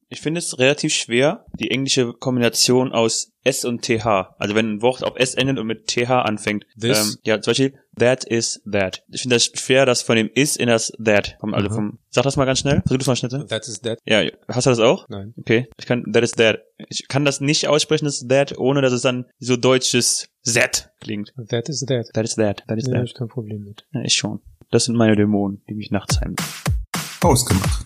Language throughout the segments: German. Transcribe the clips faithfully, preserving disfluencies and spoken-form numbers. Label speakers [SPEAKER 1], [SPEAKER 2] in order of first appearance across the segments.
[SPEAKER 1] Ich finde es relativ schwer, die englische Kombination aus S und T H. Also wenn ein Wort auf S endet und mit T H anfängt. Ähm, ja, zum Beispiel, that is that. Ich finde das schwer, das von dem is in das that. Also vom, sag das mal ganz schnell. Versuch das mal schnell.
[SPEAKER 2] That is that.
[SPEAKER 1] Ja, hast du das auch?
[SPEAKER 2] Nein.
[SPEAKER 1] Okay. Ich kann, that is that. Ich kann das nicht aussprechen, das that, ohne dass es dann so deutsches Z klingt.
[SPEAKER 2] That is that.
[SPEAKER 1] That is that. That is
[SPEAKER 2] ja,
[SPEAKER 1] that.
[SPEAKER 2] Ich kein Problem mit.
[SPEAKER 1] Ja, ich schon. Das sind meine Dämonen, die mich nachts heimlich.
[SPEAKER 3] Ausgemacht.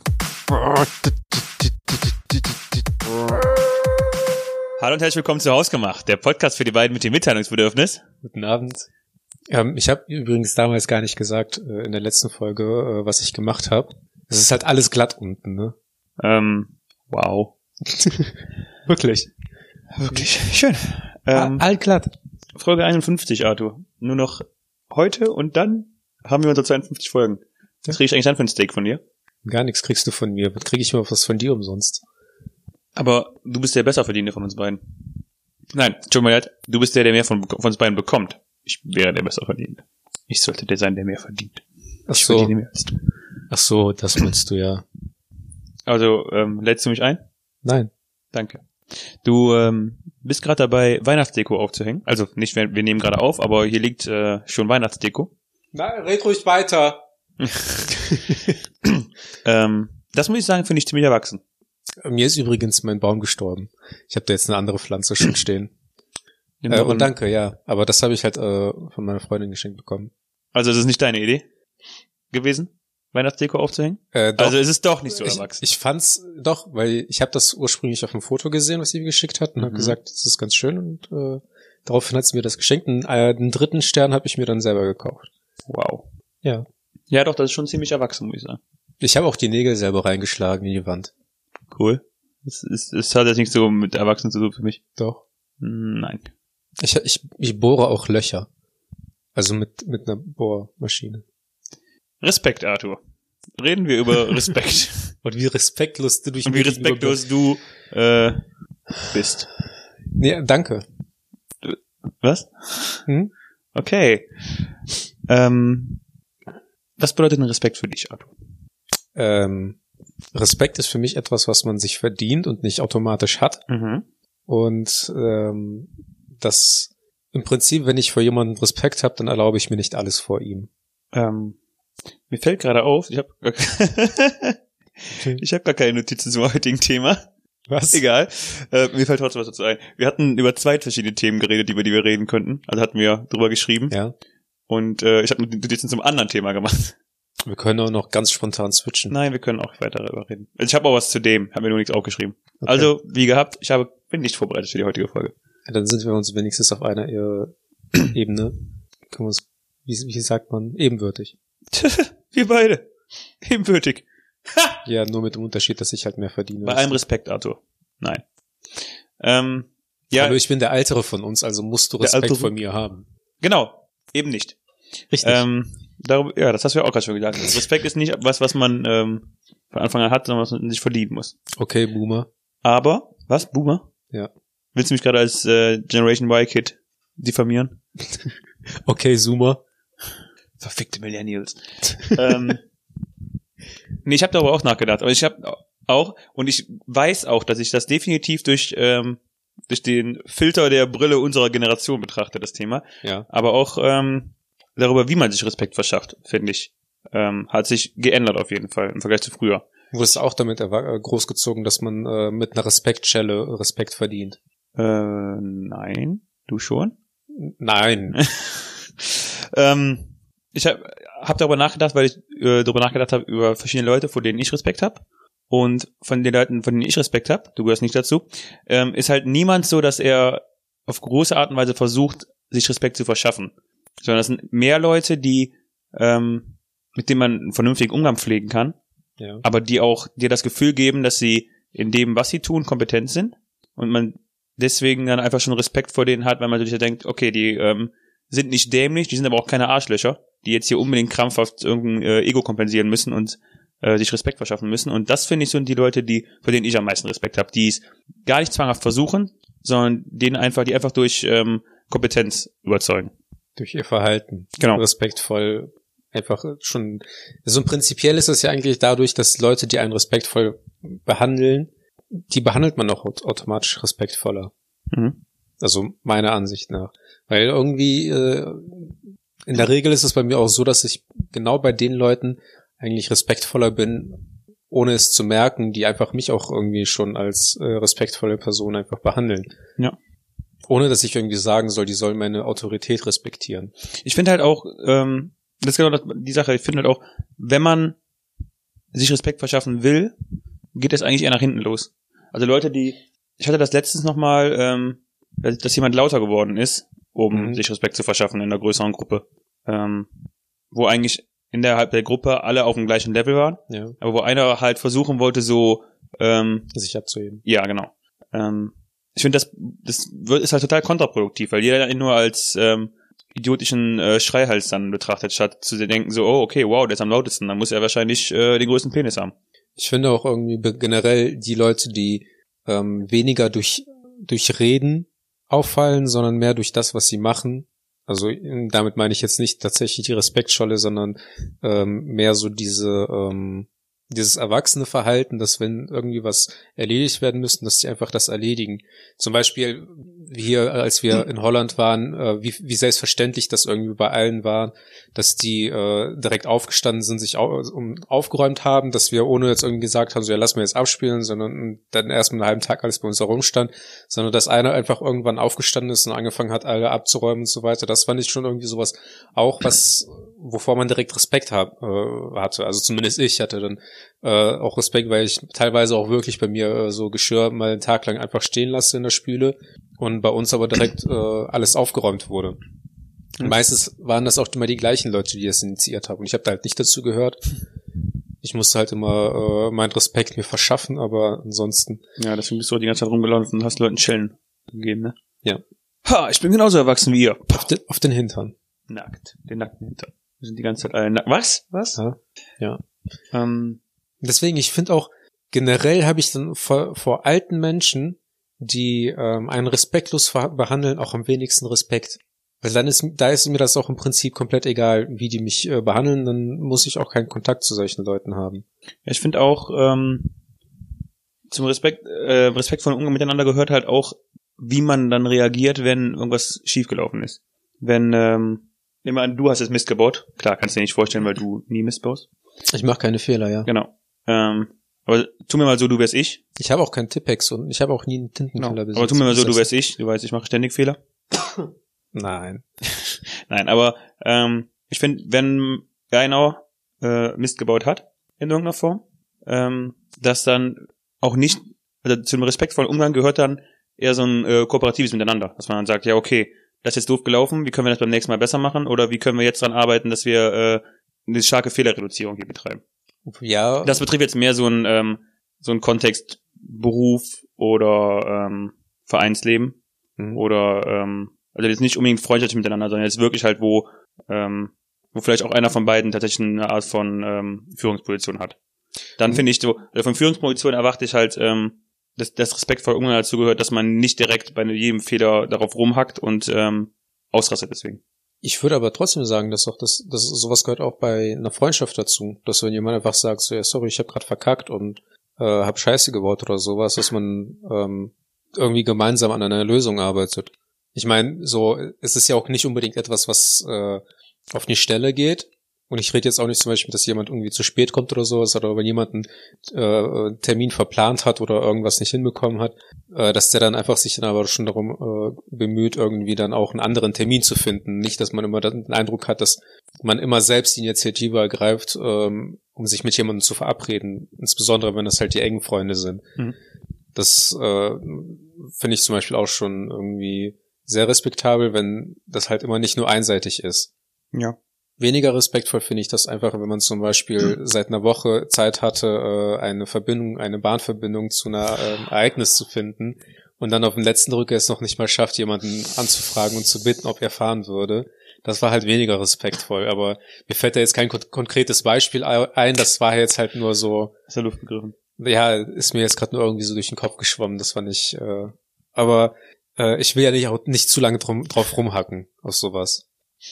[SPEAKER 1] Hallo und herzlich willkommen zu Hausgemacht, der Podcast für die beiden mit dem Mitteilungsbedürfnis.
[SPEAKER 2] Guten Abend. Ähm, ich habe übrigens damals gar nicht gesagt, äh, in der letzten Folge, äh, was ich gemacht habe. Es ist halt alles glatt unten, ne?
[SPEAKER 1] Ähm, wow.
[SPEAKER 2] Wirklich.
[SPEAKER 1] Wirklich. Schön. Ähm,
[SPEAKER 2] All glatt.
[SPEAKER 1] Folge einundfünfzig, Arthur. Nur noch heute und dann haben wir unsere zweiundfünfzig Folgen. Was krieg ich eigentlich dann für ein Steak von dir?
[SPEAKER 2] Gar nichts kriegst du von mir. Was krieg ich mal was von dir umsonst?
[SPEAKER 1] Aber du bist der Besserverdiener von uns beiden. Nein, tut mir leid, du bist der, der mehr von, von uns beiden bekommt. Ich wäre der Besserverdiener. Ich sollte der sein, der mehr verdient.
[SPEAKER 2] Ach
[SPEAKER 1] ich
[SPEAKER 2] so.
[SPEAKER 1] verdiene mehr als du.
[SPEAKER 2] Ach so, das meinst du ja.
[SPEAKER 1] Also, ähm, lädst du mich ein?
[SPEAKER 2] Nein.
[SPEAKER 1] Danke. Du ähm, bist gerade dabei, Weihnachtsdeko aufzuhängen. Also nicht, wir, wir nehmen gerade auf, aber hier liegt äh, schon Weihnachtsdeko.
[SPEAKER 2] Nein, red ruhig weiter.
[SPEAKER 1] ähm, das muss ich sagen, finde ich ziemlich erwachsen.
[SPEAKER 2] Mir ist übrigens mein Baum gestorben. Ich habe da jetzt eine andere Pflanze schon stehen.
[SPEAKER 1] Nimm
[SPEAKER 2] Äh,
[SPEAKER 1] doch
[SPEAKER 2] und
[SPEAKER 1] einen-
[SPEAKER 2] danke, ja. Aber das habe ich halt äh, von meiner Freundin geschenkt bekommen.
[SPEAKER 1] Also es ist nicht deine Idee gewesen, Weihnachtsdeko aufzuhängen?
[SPEAKER 2] Äh, doch,
[SPEAKER 1] Also es ist doch nicht so
[SPEAKER 2] ich,
[SPEAKER 1] erwachsen.
[SPEAKER 2] ich fand's doch, weil ich habe das ursprünglich auf dem Foto gesehen, was sie mir geschickt hat, und
[SPEAKER 1] Mhm.
[SPEAKER 2] habe gesagt, das ist ganz schön. Und äh, daraufhin hat sie mir das geschenkt. Und, äh, den dritten Stern habe ich mir dann selber gekauft.
[SPEAKER 1] Wow.
[SPEAKER 2] Ja.
[SPEAKER 1] Ja doch, das ist schon ziemlich erwachsen, muss ich sagen.
[SPEAKER 2] Ich habe auch die Nägel selber reingeschlagen in die Wand.
[SPEAKER 1] Cool. Es, es, es hat jetzt nichts so mit Erwachsenen zu tun für mich.
[SPEAKER 2] Doch.
[SPEAKER 1] Nein.
[SPEAKER 2] Ich, ich, ich bohre auch Löcher. Also mit mit einer Bohrmaschine.
[SPEAKER 1] Respekt, Arthur. Reden wir über Respekt.
[SPEAKER 2] Und wie respektlos du durch
[SPEAKER 1] Und wie respektlos du äh, bist.
[SPEAKER 2] Nee, danke.
[SPEAKER 1] Was?
[SPEAKER 2] Hm?
[SPEAKER 1] Okay. Ähm, was bedeutet denn Respekt für dich, Arthur?
[SPEAKER 2] Ähm, Respekt ist für mich etwas, was man sich verdient und nicht automatisch hat.
[SPEAKER 1] Mhm.
[SPEAKER 2] Und ähm, das im Prinzip, wenn ich vor jemandem Respekt habe, dann erlaube ich mir nicht alles vor ihm.
[SPEAKER 1] Ähm, mir fällt gerade auf, ich habe ich habe gar keine Notizen zum heutigen Thema.
[SPEAKER 2] Was?
[SPEAKER 1] Egal. Äh, mir fällt trotzdem was dazu ein. Wir hatten über zwei verschiedene Themen geredet, über die wir reden könnten. Also hatten wir drüber geschrieben.
[SPEAKER 2] Ja.
[SPEAKER 1] Und äh, ich habe Notizen zum anderen Thema gemacht.
[SPEAKER 2] Wir können auch noch ganz spontan switchen.
[SPEAKER 1] Nein, wir können auch weiter darüber reden. Also ich habe auch was zu dem, habe mir nur nichts aufgeschrieben.
[SPEAKER 2] Okay.
[SPEAKER 1] Also, wie gehabt, ich habe bin nicht vorbereitet für die heutige Folge.
[SPEAKER 2] Ja, dann sind wir uns wenigstens auf einer äh, Ebene. Können wir uns, wie, wie sagt man, ebenbürtig.
[SPEAKER 1] Wir beide. Ebenbürtig.
[SPEAKER 2] Ja, nur mit dem Unterschied, dass ich halt mehr verdiene.
[SPEAKER 1] Bei allem Respekt, Arthur. Nein. Ähm, ja,
[SPEAKER 2] Aber ich bin der Ältere von uns, also musst du
[SPEAKER 1] Der
[SPEAKER 2] Respekt
[SPEAKER 1] Ältere.
[SPEAKER 2] vor mir haben.
[SPEAKER 1] genau. Eben nicht.
[SPEAKER 2] Richtig.
[SPEAKER 1] Ähm, darüber, ja, das hast du ja auch gerade schon gesagt. Respekt ist nicht was, was man ähm, von Anfang an hat, sondern was man sich verdienen muss.
[SPEAKER 2] Okay, Boomer.
[SPEAKER 1] Aber, was? Boomer?
[SPEAKER 2] Ja.
[SPEAKER 1] Willst du mich gerade als äh, Generation Y-Kid diffamieren?
[SPEAKER 2] Okay, Zoomer.
[SPEAKER 1] Verfickte Millennials. ähm, nee, ich habe darüber auch nachgedacht. Aber ich habe auch, und ich weiß auch, dass ich das definitiv durch ähm, durch den Filter der Brille unserer Generation betrachte, das Thema.
[SPEAKER 2] Ja.
[SPEAKER 1] Aber auch ähm, darüber, wie man sich Respekt verschafft, finde ich, ähm, hat sich geändert auf jeden Fall im Vergleich zu früher.
[SPEAKER 2] Du wurdest auch damit erwa- äh, großgezogen, dass man äh, mit einer Respektschelle Respekt verdient.
[SPEAKER 1] Äh, nein, du schon?
[SPEAKER 2] Nein.
[SPEAKER 1] ähm, ich habe hab darüber nachgedacht, weil ich äh, darüber nachgedacht habe über verschiedene Leute, vor denen ich Respekt habe. Und von den Leuten, von denen ich Respekt habe, du gehörst nicht dazu, ähm, ist halt niemand so, dass er auf große Art und Weise versucht, sich Respekt zu verschaffen. Sondern das sind mehr Leute, die ähm, mit denen man einen vernünftigen Umgang pflegen kann,
[SPEAKER 2] Ja.
[SPEAKER 1] aber die auch dir das Gefühl geben, dass sie in dem, was sie tun, kompetent sind und man deswegen dann einfach schon Respekt vor denen hat, weil man sich ja denkt, okay, die ähm, sind nicht dämlich, die sind aber auch keine Arschlöcher, die jetzt hier unbedingt krampfhaft irgendein äh, Ego kompensieren müssen und äh, sich Respekt verschaffen müssen. Und das finde ich sind die Leute, die vor denen ich am meisten Respekt habe, die es gar nicht zwanghaft versuchen, sondern denen einfach, die einfach durch ähm, Kompetenz überzeugen.
[SPEAKER 2] Durch ihr Verhalten.
[SPEAKER 1] Genau.
[SPEAKER 2] Respektvoll. Einfach schon, also prinzipiell ist es ja eigentlich dadurch, dass Leute, die einen respektvoll behandeln, die behandelt man auch automatisch respektvoller.
[SPEAKER 1] Mhm.
[SPEAKER 2] Also meiner Ansicht nach. Weil irgendwie, äh, in der Regel ist es bei mir auch so, dass ich genau bei den Leuten eigentlich respektvoller bin, ohne es zu merken, die einfach mich auch irgendwie schon als äh, respektvolle Person einfach behandeln.
[SPEAKER 1] Ja.
[SPEAKER 2] Ohne dass ich irgendwie sagen soll, die sollen meine Autorität respektieren.
[SPEAKER 1] Ich finde halt auch, ähm, das ist genau das, die Sache, ich finde halt auch, wenn man sich Respekt verschaffen will, geht das eigentlich eher nach hinten los. Also Leute, die, ich hatte das letztens nochmal, ähm, dass jemand lauter geworden ist, um mhm. sich Respekt zu verschaffen in einer größeren Gruppe. Ähm, wo eigentlich innerhalb der Gruppe alle auf dem gleichen Level waren,
[SPEAKER 2] ja.
[SPEAKER 1] aber wo einer halt versuchen wollte, so ähm,
[SPEAKER 2] sich abzuheben.
[SPEAKER 1] Ja, genau. Ähm, ich finde, das das wird, ist halt total kontraproduktiv, weil jeder ihn nur als ähm, idiotischen äh, Schreihals dann betrachtet, statt zu denken so, oh, okay, wow, der ist am lautesten, dann muss er wahrscheinlich äh, den größten Penis haben.
[SPEAKER 2] Ich finde auch irgendwie generell die Leute, die ähm, weniger durch durch Reden auffallen, sondern mehr durch das, was sie machen. Also damit meine ich jetzt nicht tatsächlich die Respektscholle, sondern ähm, mehr so diese ähm, dieses erwachsene Verhalten, dass wenn irgendwie was erledigt werden müsste, dass sie einfach das erledigen. Zum Beispiel hier, als wir in Holland waren, äh, wie, wie selbstverständlich das irgendwie bei allen war, dass die äh, direkt aufgestanden sind, sich au- um, aufgeräumt haben, dass wir ohne jetzt irgendwie gesagt haben, so ja, lass mal jetzt abspielen, sondern dann erstmal einen halben Tag alles bei uns herumstand, sondern dass einer einfach irgendwann aufgestanden ist und angefangen hat, alle abzuräumen und so weiter. Das fand ich schon irgendwie sowas auch, was wovor man direkt Respekt hab, äh, hatte. Also zumindest ich hatte dann äh, auch Respekt, weil ich teilweise auch wirklich bei mir äh, so Geschirr mal einen Tag lang einfach stehen lasse in der Spüle und bei uns aber direkt äh, alles aufgeräumt wurde. Und meistens waren das auch immer die gleichen Leute, die das initiiert haben. Und ich habe da halt nicht dazu gehört. Ich musste halt immer äh, meinen Respekt mir verschaffen, aber ansonsten...
[SPEAKER 1] Ja, deswegen bist du die ganze Zeit rumgelaufen und hast Leuten Schellen gegeben, ne?
[SPEAKER 2] Ja.
[SPEAKER 1] Ha, ich bin genauso erwachsen wie ihr.
[SPEAKER 2] Auf den, auf den Hintern.
[SPEAKER 1] Nackt. Den nackten Hintern. Wir sind die ganze Zeit alle nackt. Was? Was?
[SPEAKER 2] Ja. ja.
[SPEAKER 1] Ähm,
[SPEAKER 2] Deswegen, ich finde auch, generell habe ich dann vor, vor alten Menschen, die ähm, einen respektlos ver- behandeln, auch am wenigsten Respekt. Weil dann ist, da ist mir das auch im Prinzip komplett egal, wie die mich äh, behandeln, dann muss ich auch keinen Kontakt zu solchen Leuten haben.
[SPEAKER 1] Ja, ich finde auch, ähm, zum Respekt, äh, respektvollen Umgang miteinander gehört halt auch, wie man dann reagiert, wenn irgendwas schiefgelaufen ist. Wenn, ähm, nehmen wir an, du hast jetzt Mist gebaut. Klar, kannst du dir nicht vorstellen, weil du nie Mist baust.
[SPEAKER 2] Ich mache keine Fehler, ja.
[SPEAKER 1] Genau. Ähm, aber tu mir mal so, du wärst ich.
[SPEAKER 2] Ich habe auch keinen Tippex und ich habe auch nie einen Tintenkiller
[SPEAKER 1] genau.
[SPEAKER 2] besitzt.
[SPEAKER 1] Aber tu mir mal so, du wärst ich. Du weißt, ich mache ständig Fehler.
[SPEAKER 2] Nein.
[SPEAKER 1] Nein, aber ähm, ich finde, wenn einer äh, Mist gebaut hat, in irgendeiner Form, ähm, dass dann auch nicht, also zu einem respektvollen Umgang gehört dann eher so ein äh, kooperatives Miteinander. Dass man dann sagt, ja, okay, das ist jetzt doof gelaufen, wie können wir das beim nächsten Mal besser machen? Oder wie können wir jetzt dran arbeiten, dass wir äh, eine starke Fehlerreduzierung hier betreiben?
[SPEAKER 2] Ja.
[SPEAKER 1] Das betrifft jetzt mehr so ein ähm, so ein Kontext Beruf oder ähm, Vereinsleben mhm. oder ähm, also jetzt nicht unbedingt freundschaftlich miteinander, sondern jetzt wirklich halt, wo ähm, wo vielleicht auch einer von beiden tatsächlich eine Art von ähm, Führungsposition hat. Dann mhm. finde ich so, also von Führungsposition erwarte ich halt, ähm, dass das respektvoll Umgang dazu gehört, dass man nicht direkt bei jedem Fehler darauf rumhackt und ähm, ausrastet deswegen.
[SPEAKER 2] Ich würde aber trotzdem sagen, dass auch das, das sowas gehört auch bei einer Freundschaft dazu, dass wenn jemand einfach sagt, so ja sorry, ich habe gerade verkackt und äh, hab Scheiße gebaut oder sowas, dass man ähm, irgendwie gemeinsam an einer Lösung arbeitet. Ich meine, so es ist ja auch nicht unbedingt etwas, was äh, auf die Stelle geht. Und ich rede jetzt auch nicht zum Beispiel, dass jemand irgendwie zu spät kommt oder sowas, oder wenn jemand einen äh, Termin verplant hat oder irgendwas nicht hinbekommen hat, äh, dass der dann einfach sich dann aber schon darum äh, bemüht, irgendwie dann auch einen anderen Termin zu finden. Nicht, dass man immer den Eindruck hat, dass man immer selbst die Initiative ergreift, ähm, um sich mit jemandem zu verabreden. Insbesondere, wenn das halt die engen Freunde sind. Mhm. Das äh, finde ich zum Beispiel auch schon irgendwie sehr respektabel, wenn das halt immer nicht nur einseitig ist.
[SPEAKER 1] Ja.
[SPEAKER 2] Weniger respektvoll finde ich das einfach, wenn man zum Beispiel seit einer Woche Zeit hatte, eine Verbindung, eine Bahnverbindung zu einer ähm, Ereignis zu finden und dann auf dem letzten Drücker es noch nicht mal schafft, jemanden anzufragen und zu bitten, ob er fahren würde. Das war halt weniger respektvoll, aber mir fällt da jetzt kein kon- konkretes Beispiel ein, das war jetzt halt nur so...
[SPEAKER 1] Aus der Luft gegriffen.
[SPEAKER 2] Ja, ist mir jetzt gerade nur irgendwie so durch den Kopf geschwommen, das war nicht... Äh, aber äh, ich will ja nicht, auch nicht zu lange drum, drauf rumhacken auf sowas.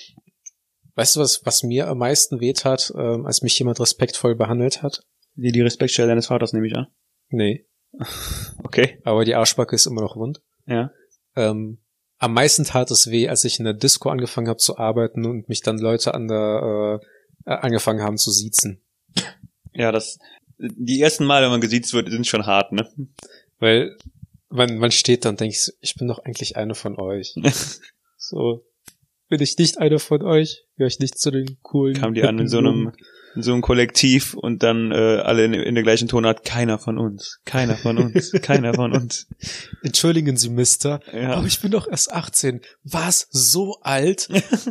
[SPEAKER 2] Weißt du, was was mir am meisten wehtat, ähm, als mich jemand respektvoll behandelt hat?
[SPEAKER 1] Die, die Respektstelle deines Vaters nehme ich an.
[SPEAKER 2] Nee.
[SPEAKER 1] Okay.
[SPEAKER 2] Aber die Arschbacke ist immer noch wund.
[SPEAKER 1] Ja.
[SPEAKER 2] Ähm, am meisten tat es weh, als ich in der Disco angefangen habe zu arbeiten und mich dann Leute an der äh, angefangen haben zu siezen.
[SPEAKER 1] Ja, das die ersten Mal, wenn man gesiezt wird, sind schon hart, ne?
[SPEAKER 2] Weil man man steht da und denkt so, ich bin doch eigentlich einer von euch. So, bin ich nicht einer von euch? Gehöre ich nicht zu den coolen?
[SPEAKER 1] Kamen die an in so einem in so einem Kollektiv und dann äh, alle in, in der gleichen Tonart, keiner von uns, keiner von uns, keiner von uns.
[SPEAKER 2] Entschuldigen Sie, Mister,
[SPEAKER 1] Ja.
[SPEAKER 2] aber ich bin doch erst achtzehn. Was? So alt?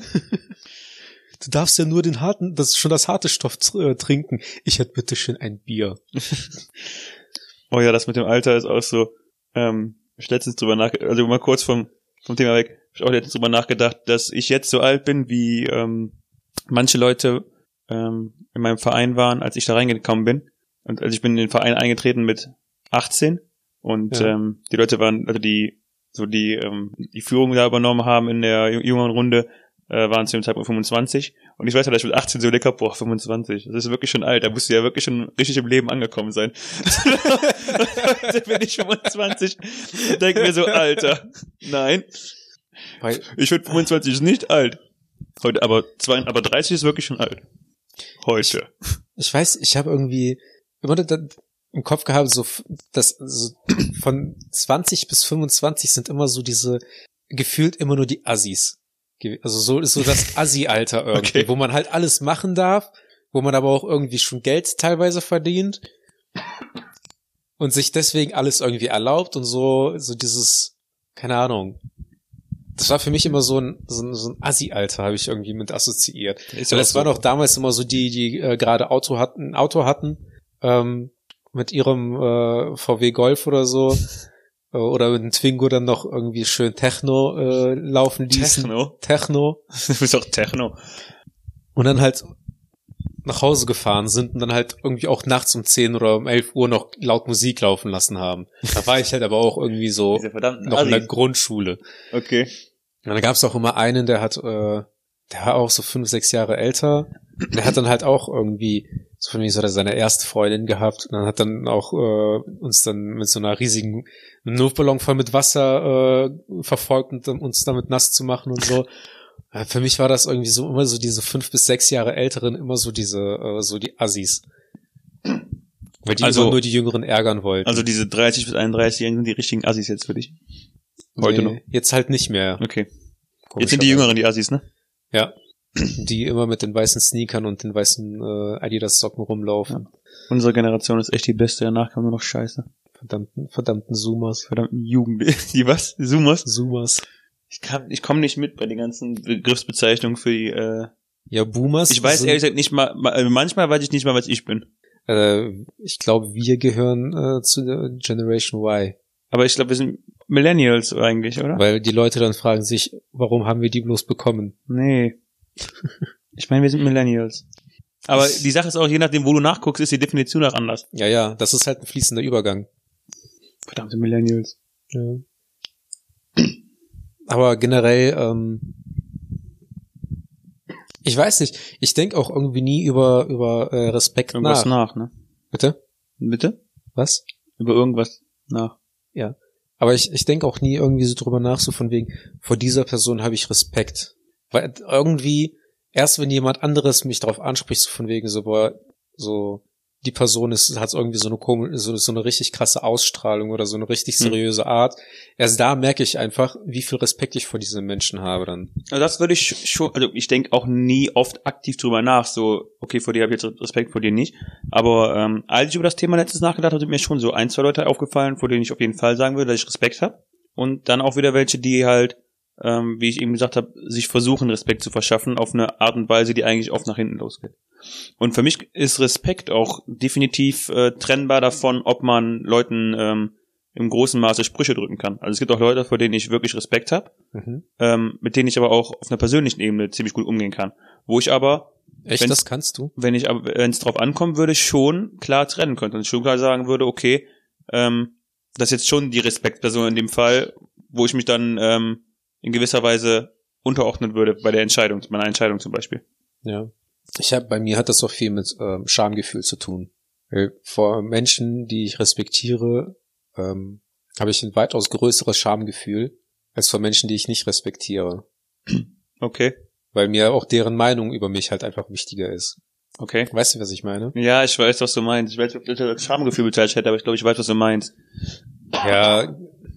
[SPEAKER 2] Du darfst ja nur den harten, das ist schon das harte Stoff äh, trinken. Ich hätte bitte schön ein Bier.
[SPEAKER 1] Oh ja, das mit dem Alter ist auch so, ähm, ich hab letztens drüber nachgedacht, also mal kurz vom, vom Thema weg, ich hab auch letztens drüber nachgedacht, dass ich jetzt so alt bin, wie ähm, manche Leute ähm, in meinem Verein waren, als ich da reingekommen bin. Und also ich bin in den Verein eingetreten mit achtzehn und
[SPEAKER 2] Ja.
[SPEAKER 1] ähm, die Leute waren, also die so die ähm, die Führung da übernommen haben in der ju- jüngeren Runde, äh, waren zu dem Zeitpunkt fünfundzwanzig. Und ich weiß ja, dass ich mit achtzehn so lecker, boah, fünfundzwanzig, das ist wirklich schon alt, da musst du ja wirklich schon richtig im Leben angekommen sein. Heute bin ich fünfundzwanzig und denke mir so, Alter, nein,
[SPEAKER 2] Weil,
[SPEAKER 1] ich finde fünfundzwanzig ist nicht alt. Heute, aber zwei, aber dreißig ist wirklich schon alt. Heute.
[SPEAKER 2] ich weiß, ich habe irgendwie immer da, im Kopf gehabt, so f- das so von zwanzig bis fünfundzwanzig sind immer so diese gefühlt immer nur die Assis. Ge- Also so so das Assi-Alter irgendwie,
[SPEAKER 1] Okay.
[SPEAKER 2] wo man halt alles machen darf, wo man aber auch irgendwie schon Geld teilweise verdient und sich deswegen alles irgendwie erlaubt und so so dieses, keine Ahnung. Das war für mich immer so ein so ein, so ein Assi-Alter, habe ich irgendwie mit assoziiert.
[SPEAKER 1] Ist
[SPEAKER 2] Weil
[SPEAKER 1] ja
[SPEAKER 2] das
[SPEAKER 1] auch
[SPEAKER 2] waren
[SPEAKER 1] so.
[SPEAKER 2] auch damals immer so die, die äh, gerade Auto hatten, ein Auto hatten, ähm, mit ihrem äh, V W Golf oder so, äh, oder mit einem Twingo dann noch irgendwie schön Techno äh, laufen ließen.
[SPEAKER 1] Techno?
[SPEAKER 2] Techno.
[SPEAKER 1] Du bist auch Techno.
[SPEAKER 2] Und dann halt nach Hause gefahren sind und dann halt irgendwie auch nachts um zehn oder um elf Uhr noch laut Musik laufen lassen haben. Da war ich halt aber auch irgendwie so
[SPEAKER 1] Diese verdammten
[SPEAKER 2] noch in der
[SPEAKER 1] Assis.
[SPEAKER 2] Grundschule.
[SPEAKER 1] Okay.
[SPEAKER 2] Und dann gab es auch immer einen, der hat, äh, der war auch so fünf, sechs Jahre älter. Und der hat dann halt auch irgendwie, so von mir so seine erste Freundin gehabt. Und dann hat dann auch äh, uns dann mit so einer riesigen Luftballon voll mit Wasser äh, verfolgt und dann uns damit nass zu machen und so. Äh, Für mich war das irgendwie so immer so diese fünf bis sechs Jahre Älteren, immer so diese, äh, so die Assis. Weil die
[SPEAKER 1] Also-
[SPEAKER 2] immer nur die Jüngeren ärgern wollten.
[SPEAKER 1] Also diese dreißig bis einunddreißig-Jährigen sind die richtigen Assis jetzt für dich. Heute noch.
[SPEAKER 2] Jetzt halt nicht mehr.
[SPEAKER 1] Okay. Jetzt sind die Jüngeren die Assis, ne?
[SPEAKER 2] Ja. Die immer mit den weißen Sneakern und den weißen äh, Adidas-Socken rumlaufen.
[SPEAKER 1] Unsere Generation ist echt die beste, danach kam nur noch Scheiße.
[SPEAKER 2] Verdammten, verdammten Zoomers.
[SPEAKER 1] Verdammten Jugend. Die was? Zoomers?
[SPEAKER 2] Zoomers.
[SPEAKER 1] Ich kann, ich komme nicht mit bei den ganzen Begriffsbezeichnungen für die, äh,
[SPEAKER 2] Ja, Boomers.
[SPEAKER 1] ich weiß
[SPEAKER 2] sind,
[SPEAKER 1] ehrlich gesagt nicht mal, ma- also manchmal weiß ich nicht mal, was ich bin.
[SPEAKER 2] Äh, ich glaube, wir gehören äh, zu der Generation Y.
[SPEAKER 1] Aber ich glaube, wir sind Millennials eigentlich, oder?
[SPEAKER 2] Weil die Leute dann fragen sich, warum haben wir die bloß bekommen?
[SPEAKER 1] Nee. Ich meine, wir sind Millennials. Aber die Sache ist auch, je nachdem, wo du nachguckst, ist die Definition auch anders.
[SPEAKER 2] Ja, ja, das ist halt ein fließender Übergang.
[SPEAKER 1] Verdammte Millennials.
[SPEAKER 2] Ja. Aber generell, ähm, ich weiß nicht, ich denke auch irgendwie nie über über äh, Respekt
[SPEAKER 1] Irgendwas
[SPEAKER 2] nach.
[SPEAKER 1] nach, ne?
[SPEAKER 2] Bitte?
[SPEAKER 1] Bitte?
[SPEAKER 2] Was?
[SPEAKER 1] Über irgendwas nach.
[SPEAKER 2] Ja. Aber ich, ich denke auch nie irgendwie so drüber nach, so von wegen, vor dieser Person habe ich Respekt. Weil irgendwie, erst wenn jemand anderes mich darauf anspricht, so von wegen, so, boah, so, die Person ist, hat irgendwie so eine komische, so, so eine richtig krasse Ausstrahlung oder so eine richtig seriöse Art. Erst da merke ich einfach, wie viel Respekt ich vor diesen Menschen habe dann.
[SPEAKER 1] Also das würde ich schon, also ich denke auch nie oft aktiv drüber nach, so, okay, vor dir habe ich jetzt Respekt, vor dir nicht. Aber ähm, als ich über das Thema letztens nachgedacht habe, sind mir schon so ein, zwei Leute aufgefallen, vor denen ich auf jeden Fall sagen würde, dass ich Respekt habe. Und dann auch wieder welche, die halt, ähm, wie ich eben gesagt habe, sich versuchen, Respekt zu verschaffen auf eine Art und Weise, die eigentlich oft nach hinten losgeht. Und für mich ist Respekt auch definitiv äh, trennbar davon, ob man Leuten ähm, im großen Maße Sprüche drücken kann. Also es gibt auch Leute, vor denen ich wirklich Respekt habe,
[SPEAKER 2] Mhm.
[SPEAKER 1] ähm, mit denen ich aber auch auf einer persönlichen Ebene ziemlich gut umgehen kann. Wo ich aber,
[SPEAKER 2] Echt,
[SPEAKER 1] Wenn's-
[SPEAKER 2] das kannst du?
[SPEAKER 1] wenn ich aber, wenn es drauf ankommen würde, schon klar trennen könnte und schon klar sagen würde, okay, ähm, das ist jetzt schon die Respektperson in dem Fall, wo ich mich dann ähm, in gewisser Weise unterordnen würde bei der Entscheidung, meiner Entscheidung zum Beispiel.
[SPEAKER 2] Ja. Ich habe, bei mir hat das auch viel mit ähm, Schamgefühl zu tun. Weil vor Menschen, die ich respektiere, ähm, habe ich ein weitaus größeres Schamgefühl als vor Menschen, die ich nicht respektiere.
[SPEAKER 1] Okay.
[SPEAKER 2] Weil mir auch deren Meinung über mich halt einfach wichtiger ist.
[SPEAKER 1] Okay.
[SPEAKER 2] Weißt du, was ich meine?
[SPEAKER 1] Ja, ich weiß, was du meinst. Ich weiß, ob ich das als Schamgefühl bezeichnet hätte, aber ich glaube, ich weiß, was du meinst.
[SPEAKER 2] Ja.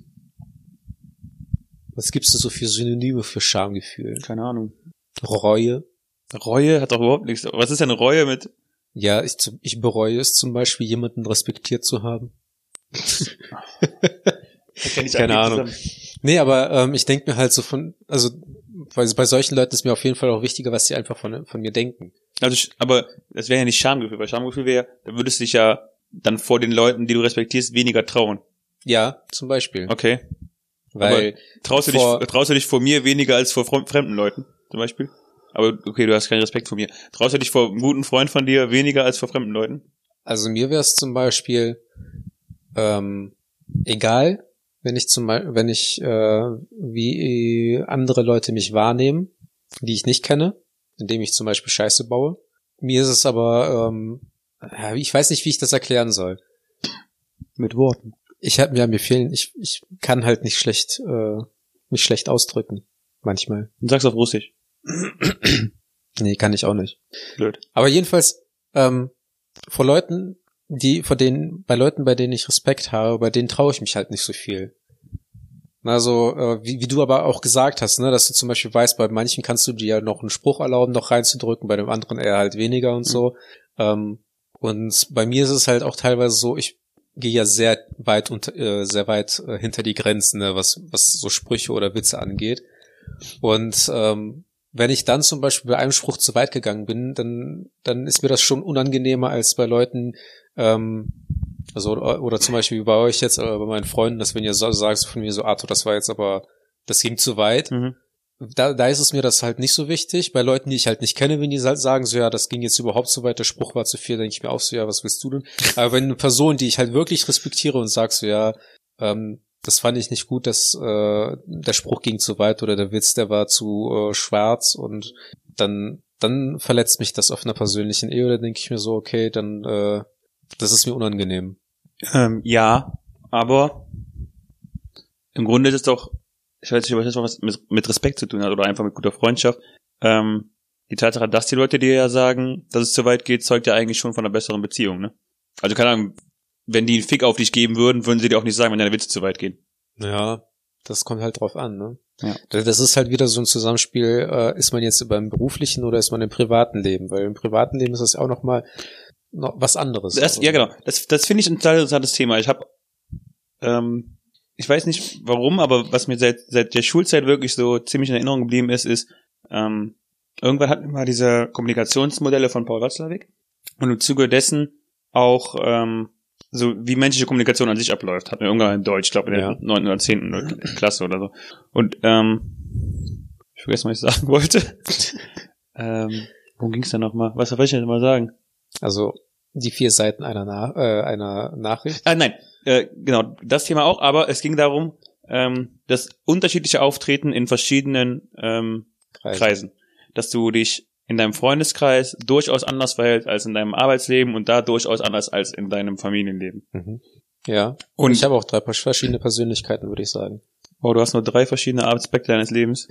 [SPEAKER 2] Was gibt's denn so für Synonyme für Schamgefühl?
[SPEAKER 1] Keine Ahnung.
[SPEAKER 2] Reue.
[SPEAKER 1] Reue hat doch überhaupt nichts. Was ist denn Reue mit?
[SPEAKER 2] Ja, ich, ich bereue es zum Beispiel, jemanden respektiert zu haben. Keine Ahnung. Nee, aber ähm, ich denke mir halt so von, also bei, bei solchen Leuten ist mir auf jeden Fall auch wichtiger, was sie einfach von, von mir denken.
[SPEAKER 1] Also, ich, aber das wäre ja nicht Schamgefühl, weil Schamgefühl wäre, da würdest du dich ja dann vor den Leuten, die du respektierst, weniger trauen.
[SPEAKER 2] Ja, zum Beispiel.
[SPEAKER 1] Okay.
[SPEAKER 2] Weil
[SPEAKER 1] aber traust du dich, traust du dich vor mir weniger als vor fremden Leuten, zum Beispiel? Aber okay, du hast keinen Respekt vor mir. Traust du dich vor einem guten Freund von dir weniger als vor fremden Leuten?
[SPEAKER 2] Also mir wäre es zum Beispiel ähm, egal, wenn ich zum Beispiel, wenn ich äh, wie andere Leute mich wahrnehmen, die ich nicht kenne, indem ich zum Beispiel Scheiße baue. Mir ist es aber, ähm, ich weiß nicht, wie ich das erklären soll.
[SPEAKER 1] Mit Worten.
[SPEAKER 2] Ich habe ja mir fehlen, ich ich kann halt nicht schlecht äh, mich schlecht ausdrücken manchmal.
[SPEAKER 1] Dann sag's auf Russisch.
[SPEAKER 2] Nee, kann ich auch nicht.
[SPEAKER 1] Blöd.
[SPEAKER 2] Aber jedenfalls ähm, vor Leuten, die vor denen bei Leuten, bei denen ich Respekt habe, bei denen traue ich mich halt nicht so viel. Also äh, wie, wie du aber auch gesagt hast, ne, dass du zum Beispiel weißt, bei manchen kannst du dir ja noch einen Spruch erlauben, noch reinzudrücken, bei dem anderen eher halt weniger und mhm. so. Ähm, und bei mir ist es halt auch teilweise so, ich gehe ja sehr weit und äh, sehr weit äh, hinter die Grenzen, ne, was was so Sprüche oder Witze angeht. Und ähm, wenn ich dann zum Beispiel bei einem Spruch zu weit gegangen bin, dann dann ist mir das schon unangenehmer als bei Leuten, ähm, also oder zum Beispiel wie bei euch jetzt, oder bei meinen Freunden, dass wenn ihr so, sagst von mir so, Arthur, das war jetzt aber, das ging zu weit. Mhm. Da, da ist es mir das halt nicht so wichtig. Bei Leuten, die ich halt nicht kenne, wenn die halt sagen, so ja, das ging jetzt überhaupt zu weit, der Spruch war zu viel, denke ich mir auch so, ja, was willst du denn? Aber wenn eine Person, die ich halt wirklich respektiere und sagst so, ja, ähm, das fand ich nicht gut, dass äh, der Spruch ging zu weit oder der Witz, der war zu äh, schwarz und dann dann verletzt mich das auf einer persönlichen Ebene, da denke ich mir so, okay, dann äh, das ist mir unangenehm.
[SPEAKER 1] Ähm, ja, aber im Grunde ist es doch, ich weiß nicht, ob das was mit, mit Respekt zu tun hat oder einfach mit guter Freundschaft. Ähm, die Tatsache, dass die Leute dir ja sagen, dass es zu weit geht, zeugt ja eigentlich schon von einer besseren Beziehung, ne? Also keine Ahnung, wenn die einen Fick auf dich geben würden, würden sie dir auch nicht sagen, wenn deine Witze zu weit gehen.
[SPEAKER 2] Ja, das kommt halt drauf an, ne?
[SPEAKER 1] Ja.
[SPEAKER 2] Das ist halt wieder so ein Zusammenspiel, äh, ist man jetzt beim beruflichen oder ist man im privaten Leben? Weil im privaten Leben ist das ja auch noch mal noch was anderes.
[SPEAKER 1] Das, ja, genau. Das, das finde ich ein total interessantes Thema. Ich habe, ähm, ich weiß nicht warum, aber was mir seit seit der Schulzeit wirklich so ziemlich in Erinnerung geblieben ist, ist, ähm, irgendwann hatten wir mal diese Kommunikationsmodelle von Paul Watzlawick und im Zuge dessen auch ähm, so wie menschliche Kommunikation an sich abläuft, hatten wir irgendwann in Deutsch, ich glaube in der neunten oder zehnten Klasse oder so. Und ähm, ich vergesse, was ich sagen wollte. ähm, worum ging's denn nochmal? Was soll ich denn mal sagen?
[SPEAKER 2] Also die vier Seiten einer, Na- äh, einer Nachricht?
[SPEAKER 1] Ah, nein, äh, genau, das Thema auch, aber es ging darum, ähm, das unterschiedliche Auftreten in verschiedenen ähm, Kreisen. Kreisen. Dass du dich in deinem Freundeskreis durchaus anders verhältst als in deinem Arbeitsleben und da durchaus anders als in deinem Familienleben.
[SPEAKER 2] Mhm. Ja, und, und ich habe auch drei verschiedene Persönlichkeiten, würde ich sagen.
[SPEAKER 1] Oh, du hast nur drei verschiedene Aspekte deines Lebens.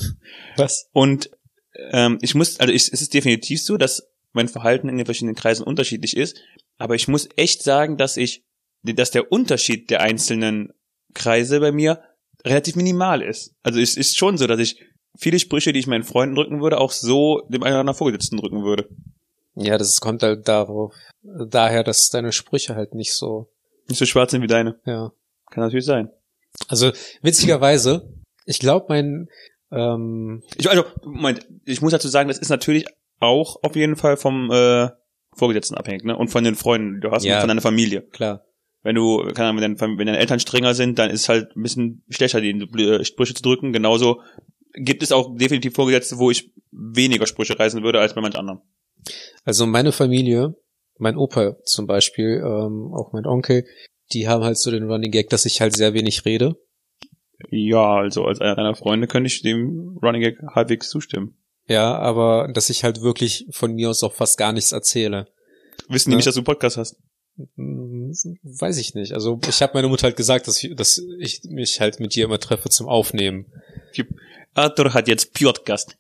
[SPEAKER 2] Was?
[SPEAKER 1] Und ähm, ich muss, also ich, es ist definitiv so, dass mein Verhalten in den verschiedenen Kreisen unterschiedlich ist, aber ich muss echt sagen, dass ich, dass der Unterschied der einzelnen Kreise bei mir relativ minimal ist. Also es ist schon so, dass ich viele Sprüche, die ich meinen Freunden drücken würde, auch so dem einen oder anderen Vorgesetzten drücken würde.
[SPEAKER 2] Ja, das kommt halt darauf, daher, dass deine Sprüche halt nicht so
[SPEAKER 1] nicht so schwarz sind wie deine.
[SPEAKER 2] Ja.
[SPEAKER 1] Kann natürlich sein.
[SPEAKER 2] Also witzigerweise, ich glaube, mein ähm
[SPEAKER 1] ich, also Moment, ich muss dazu sagen, das ist natürlich auch auf jeden Fall vom äh, Vorgesetzten abhängig, ne? Und von den Freunden, die du hast,
[SPEAKER 2] ja,
[SPEAKER 1] und von deiner Familie.
[SPEAKER 2] Klar.
[SPEAKER 1] Wenn du, keine Ahnung, wenn deine, wenn deine Eltern strenger sind, dann ist es halt ein bisschen schlechter, die Sprüche zu drücken. Genauso gibt es auch definitiv Vorgesetzte, wo ich weniger Sprüche reißen würde als bei manch anderen.
[SPEAKER 2] Also meine Familie, mein Opa zum Beispiel, ähm, auch mein Onkel, die haben halt so den Running Gag, dass ich halt sehr wenig rede.
[SPEAKER 1] Ja, also als einer deiner Freunde könnte ich dem Running Gag halbwegs zustimmen.
[SPEAKER 2] Ja, aber dass ich halt wirklich von mir aus auch fast gar nichts erzähle.
[SPEAKER 1] Wissen die
[SPEAKER 2] ne?
[SPEAKER 1] nicht, dass du einen Podcast hast?
[SPEAKER 2] weiß ich nicht. Also ich habe meine Mutter halt gesagt, dass ich, dass ich mich halt mit ihr immer treffe zum Aufnehmen.
[SPEAKER 1] Arthur hat jetzt Podcast.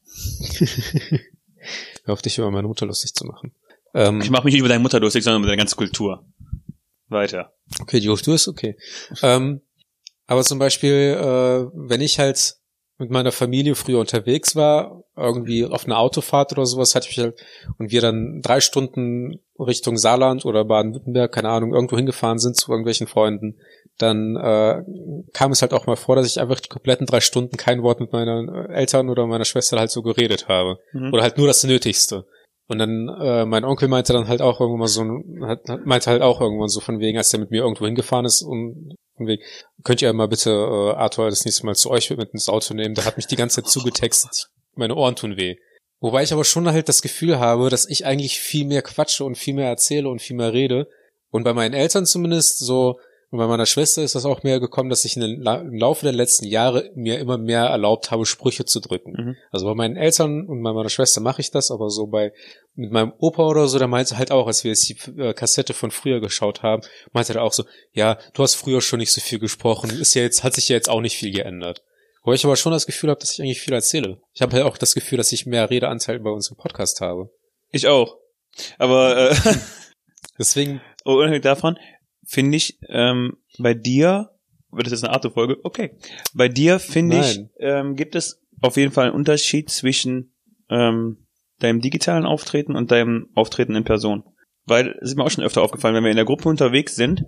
[SPEAKER 2] Hör auf, dich über meine Mutter lustig zu machen. Ähm,
[SPEAKER 1] ich mache mich nicht über deine Mutter lustig, sondern über deine ganze Kultur. Weiter.
[SPEAKER 2] Okay, die Kultur ist okay. ähm, aber zum Beispiel, äh, wenn ich halt mit meiner Familie früher unterwegs war, irgendwie auf einer Autofahrt oder sowas, hatte ich halt, und wir dann drei Stunden Richtung Saarland oder Baden-Württemberg, keine Ahnung, irgendwo hingefahren sind zu irgendwelchen Freunden, dann äh, kam es halt auch mal vor, dass ich einfach die kompletten drei Stunden kein Wort mit meinen Eltern oder meiner Schwester halt so geredet habe. Mhm. Oder halt nur das Nötigste. Und dann, äh, mein Onkel meinte dann halt auch irgendwann mal so, hat, meinte halt auch irgendwann so von wegen, als der mit mir irgendwo hingefahren ist und von wegen, könnt ihr mal bitte äh, Arthur das nächste Mal zu euch mit ins Auto nehmen, der hat mich die ganze Zeit zugetextet, meine Ohren tun weh. Wobei ich aber schon halt das Gefühl habe, dass ich eigentlich viel mehr quatsche und viel mehr erzähle und viel mehr rede. Und bei meinen Eltern zumindest so, und bei meiner Schwester ist das auch mehr gekommen, dass ich in den La- im Laufe der letzten Jahre mir immer mehr erlaubt habe, Sprüche zu drücken. Mhm. Also bei meinen Eltern und bei meiner Schwester mache ich das, aber so bei mit meinem Opa oder so, der meinte halt auch, als wir jetzt die äh, Kassette von früher geschaut haben, meinte er auch so, ja, du hast früher schon nicht so viel gesprochen, ist ja jetzt, hat sich ja jetzt auch nicht viel geändert. Wo ich aber schon das Gefühl habe, dass ich eigentlich viel erzähle. Ich habe halt auch das Gefühl, dass ich mehr Redeanteil bei uns im Podcast habe.
[SPEAKER 1] Ich auch. Aber äh,
[SPEAKER 2] deswegen.
[SPEAKER 1] Unabhängig davon finde ich ähm, bei dir, wird das jetzt eine Arthur-Folge? Okay. Bei dir finde ich, ähm, gibt es auf jeden Fall einen Unterschied zwischen ähm, deinem digitalen Auftreten und deinem Auftreten in Person. Weil, es ist mir auch schon öfter aufgefallen, wenn wir in der Gruppe unterwegs sind,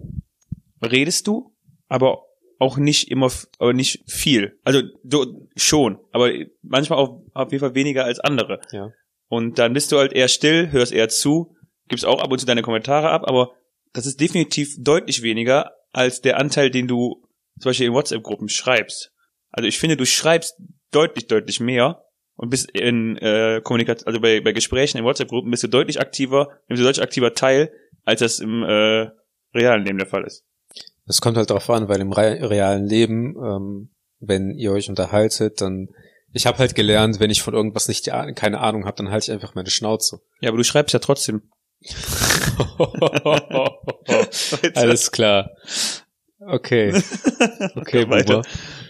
[SPEAKER 1] redest du, aber auch nicht immer, aber nicht viel. Also du schon, aber manchmal auch auf jeden Fall weniger als andere.
[SPEAKER 2] Ja.
[SPEAKER 1] Und dann bist du halt eher still, hörst eher zu, gibst auch ab und zu deine Kommentare ab, aber das ist definitiv deutlich weniger als der Anteil, den du zum Beispiel in WhatsApp-Gruppen schreibst. Also ich finde, du schreibst deutlich, deutlich mehr und bist in äh, Kommunikation, also bei, bei Gesprächen in WhatsApp-Gruppen bist du deutlich aktiver, nimmst du deutlich aktiver teil, als das im äh, realen Leben der Fall ist.
[SPEAKER 2] Es kommt halt darauf an, weil im re- realen Leben, ähm, wenn ihr euch unterhaltet, dann ich habe halt gelernt, wenn ich von irgendwas nicht die, keine Ahnung habe, dann halte ich einfach meine Schnauze.
[SPEAKER 1] Ja, aber du schreibst ja trotzdem.
[SPEAKER 2] Alles klar. Okay. Okay, Buber.